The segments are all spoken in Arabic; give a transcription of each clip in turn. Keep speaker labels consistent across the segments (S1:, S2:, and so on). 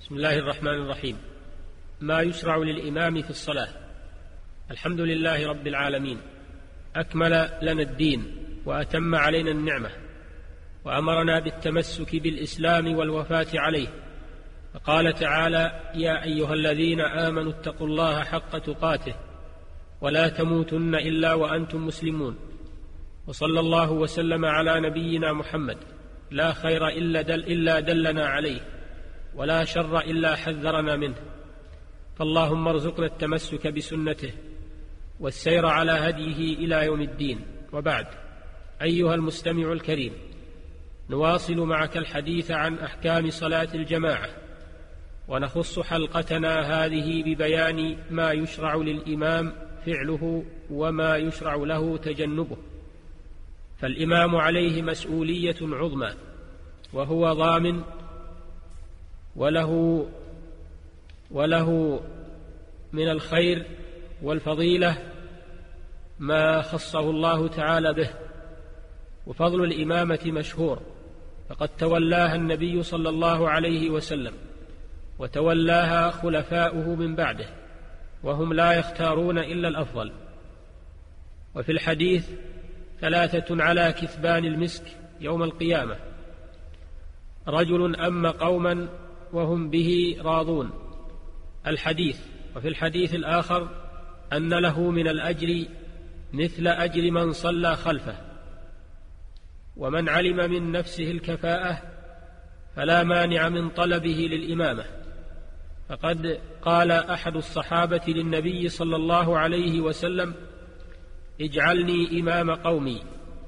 S1: بسم الله الرحمن الرحيم. ما يشرع للإمام في الصلاة. الحمد لله رب العالمين، أكمل لنا الدين وأتم علينا النعمة، وأمرنا بالتمسك بالإسلام والوفاة عليه، فقال تعالى: يا أيها الذين آمنوا اتقوا الله حق تقاته ولا تموتن إلا وأنتم مسلمون. وصلى الله وسلم على نبينا محمد، لا خير إلا دلنا عليه، ولا شر إلا حذرنا منه، فاللهم ارزقنا التمسك بسنته والسير على هديه إلى يوم الدين. وبعد، أيها المستمع الكريم، نواصل معك الحديث عن أحكام صلاة الجماعة، ونخص حلقتنا هذه ببيان ما يشرع للإمام فعله وما يشرع له تجنبه. فالإمام عليه مسؤولية عظمى، وهو ضامن، وله من الخير والفضيلة ما خصه الله تعالى به. وفضل الإمامة مشهور، فقد تولاها النبي صلى الله عليه وسلم، وتولاها خلفاؤه من بعده، وهم لا يختارون إلا الأفضل. وفي الحديث: 3 على كثبان المسك يوم القيامة: رجل أم قوما وهم به راضون. الحديث. وفي الحديث الآخر: أن له من الأجر مثل أجر من صلى خلفه، ومن علم من نفسه الكفاءة فلا مانع من طلبه للإمامة. فقد قال أحد الصحابة للنبي صلى الله عليه وسلم: اجعلني إمام قومي.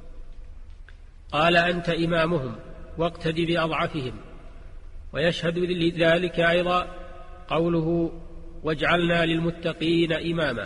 S1: قال: أنت إمامهم، واقتد بأضعفهم. ويشهد لذلك أيضا قوله: واجعلنا للمتقين إماما.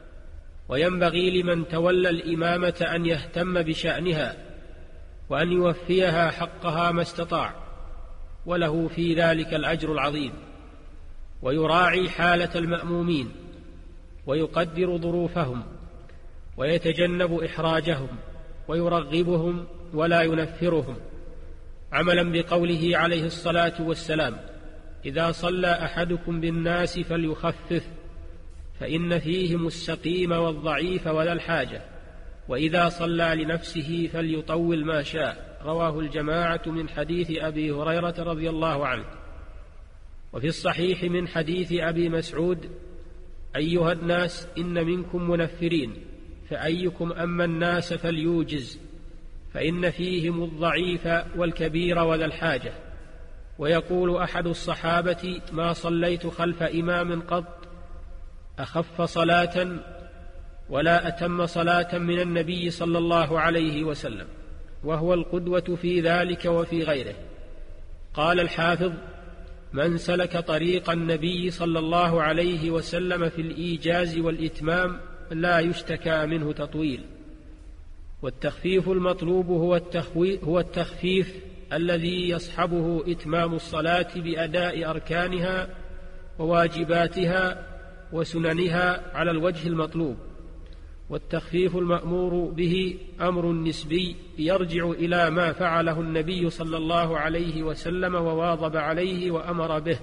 S1: وينبغي لمن تولى الإمامة أن يهتم بشأنها، وأن يوفيها حقها ما استطاع، وله في ذلك الأجر العظيم. ويراعي حالة المأمومين، ويقدر ظروفهم، ويتجنب إحراجهم، ويرغبهم ولا ينفرهم، عملا بقوله عليه الصلاة والسلام: إذا صلى أحدكم بالناس فليخفف، فإن فيهم السقيم والضعيف وذا الحاجة، وإذا صلى لنفسه فليطول ما شاء. رواه الجماعة من حديث أبي هريرة رضي الله عنه. وفي الصحيح من حديث أبي مسعود: أيها الناس، إن منكم منفرين، فأيكم أما الناس فليوجز، فإن فيهم الضعيف والكبير وذا الحاجة. ويقول أحد الصحابة: ما صليت خلف إمام قط أخف صلاة ولا أتم صلاة من النبي صلى الله عليه وسلم، وهو القدوة في ذلك وفي غيره. قال الحافظ: من سلك طريق النبي صلى الله عليه وسلم في الإيجاز والإتمام لا يشتكى منه تطويل. والتخفيف المطلوب هو التخفيف الذي يصحبه إتمام الصلاة بأداء أركانها وواجباتها وسننها على الوجه المطلوب. والتخفيف المأمور به أمر نسبي يرجع إلى ما فعله النبي صلى الله عليه وسلم وواظب عليه وأمر به،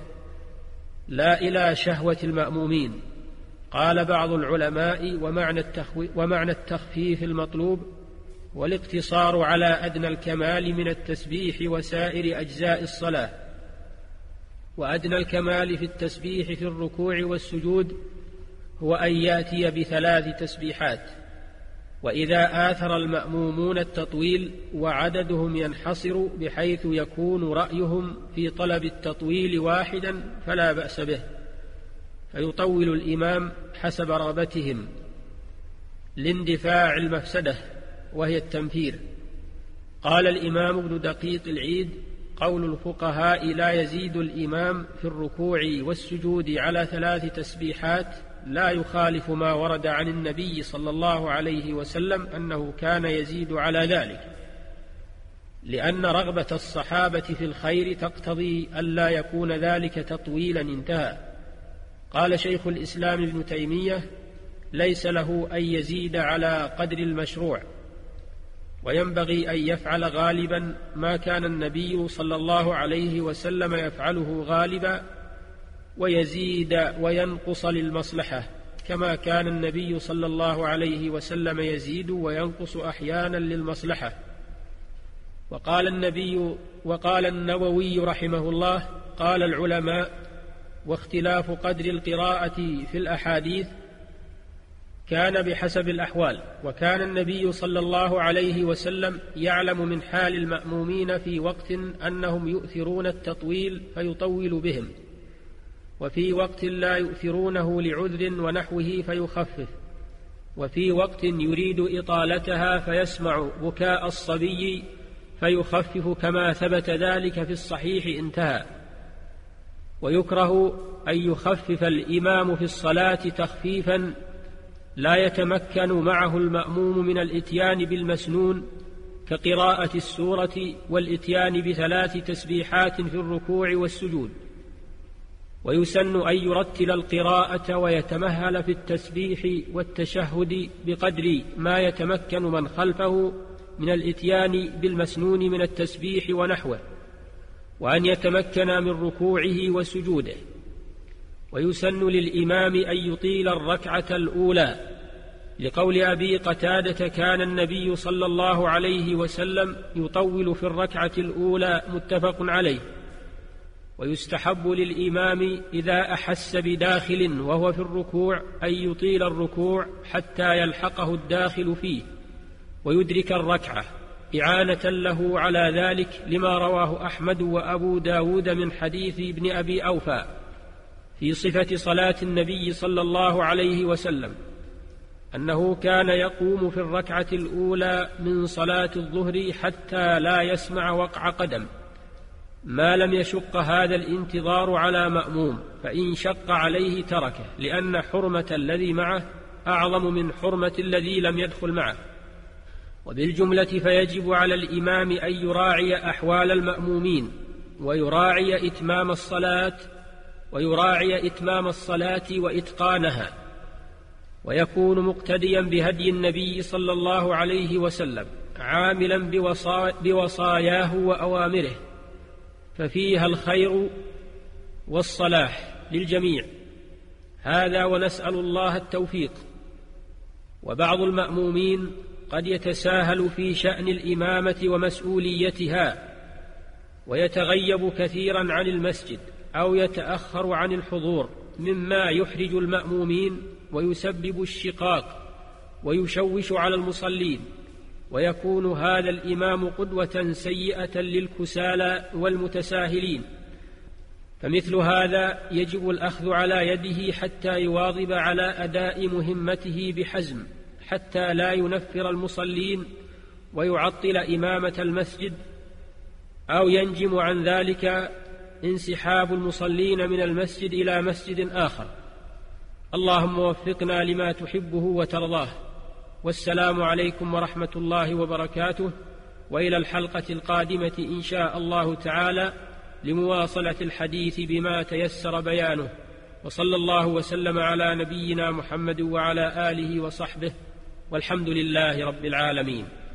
S1: لا إلى شهوة المأمومين. قال بعض العلماء: ومعنى التخفيف المطلوب والاقتصار على أدنى الكمال من التسبيح وسائر أجزاء الصلاة. وأدنى الكمال في التسبيح في الركوع والسجود هو أن يأتي ب3 تسبيحات. وإذا آثر المأمومون التطويل وعددهم ينحصر بحيث يكون رأيهم في طلب التطويل واحدا فلا بأس به، فيطول الإمام حسب رغبتهم لاندفاع المفسدة وهي التنفير. قال الإمام ابن دقيق العيد: قول الفقهاء لا يزيد الإمام في الركوع والسجود على 3 تسبيحات لا يخالف ما ورد عن النبي صلى الله عليه وسلم أنه كان يزيد على ذلك، لأن رغبة الصحابة في الخير تقتضي ألا يكون ذلك تطويلا انتهى. قال شيخ الإسلام ابن تيمية: ليس له أن يزيد على قدر المشروع، وينبغي أن يفعل غالبا ما كان النبي صلى الله عليه وسلم يفعله غالبا ويزيد وينقص للمصلحة، كما كان النبي صلى الله عليه وسلم يزيد وينقص أحيانا للمصلحة. وقال النووي رحمه الله: قال العلماء: واختلاف قدر القراءة في الأحاديث كان بحسب الأحوال، وكان النبي صلى الله عليه وسلم يعلم من حال المأمومين في وقت أنهم يؤثرون التطويل فيطول بهم، وفي وقت لا يؤثرونه لعذر ونحوه فيخفف، وفي وقت يريد إطالتها فيسمع بكاء الصبي فيخفف، كما ثبت ذلك في الصحيح. انتهى. ويكره أن يخفف الإمام في الصلاة تخفيفا لا يتمكن معه المأموم من الإتيان بالمسنون، كقراءة السورة والإتيان ب3 تسبيحات في الركوع والسجود. ويسن أن يرتل القراءة ويتمهل في التسبيح والتشهد بقدر ما يتمكن من خلفه من الإتيان بالمسنون من التسبيح ونحوه، وأن يتمكن من ركوعه وسجوده. ويسن للإمام أن يطيل الركعة الأولى، لقول أبي قتادة: كان النبي صلى الله عليه وسلم يطول في الركعة الأولى، متفق عليه. ويستحب للإمام إذا أحس بداخل وهو في الركوع أن يطيل الركوع حتى يلحقه الداخل فيه ويدرك الركعة، إعانة له على ذلك، لما رواه أحمد وأبو داود من حديث ابن أبي أوفى في صفة صلاة النبي صلى الله عليه وسلم، أنه كان يقوم في الركعة الأولى من صلاة الظهر حتى لا يسمع وقع قدم، ما لم يشق هذا الانتظار على مأموم، فإن شق عليه تركه، لأن حرمة الذي معه أعظم من حرمة الذي لم يدخل معه. وبالجملة فيجب على الإمام أن يراعي أحوال المأمومين، ويراعي إتمام الصلاة وإتقانها، ويكون مقتديا بهدي النبي صلى الله عليه وسلم، عاملا بوصاياه وأوامره، ففيها الخير والصلاح للجميع. هذا، ونسأل الله التوفيق. وبعض المأمومين قد يتساهل في شأن الإمامة ومسؤوليتها، ويتغيب كثيرا عن المسجد أو يتأخر عن الحضور، مما يحرج المأمومين ويسبب الشقاق ويشوش على المصلين، ويكون هذا الإمام قدوة سيئة للكسالى والمتساهلين. فمثل هذا يجب الأخذ على يده حتى يواظب على أداء مهمته بحزم، حتى لا ينفر المصلين ويعطل إمامة المسجد، أو ينجم عن ذلك انسحاب المصلين من المسجد إلى مسجد آخر. اللهم وفقنا لما تحبه وترضاه. والسلام عليكم ورحمة الله وبركاته، وإلى الحلقة القادمة إن شاء الله تعالى لمواصلة الحديث بما تيسر بيانه. وصلى الله وسلم على نبينا محمد وعلى آله وصحبه، والحمد لله رب العالمين.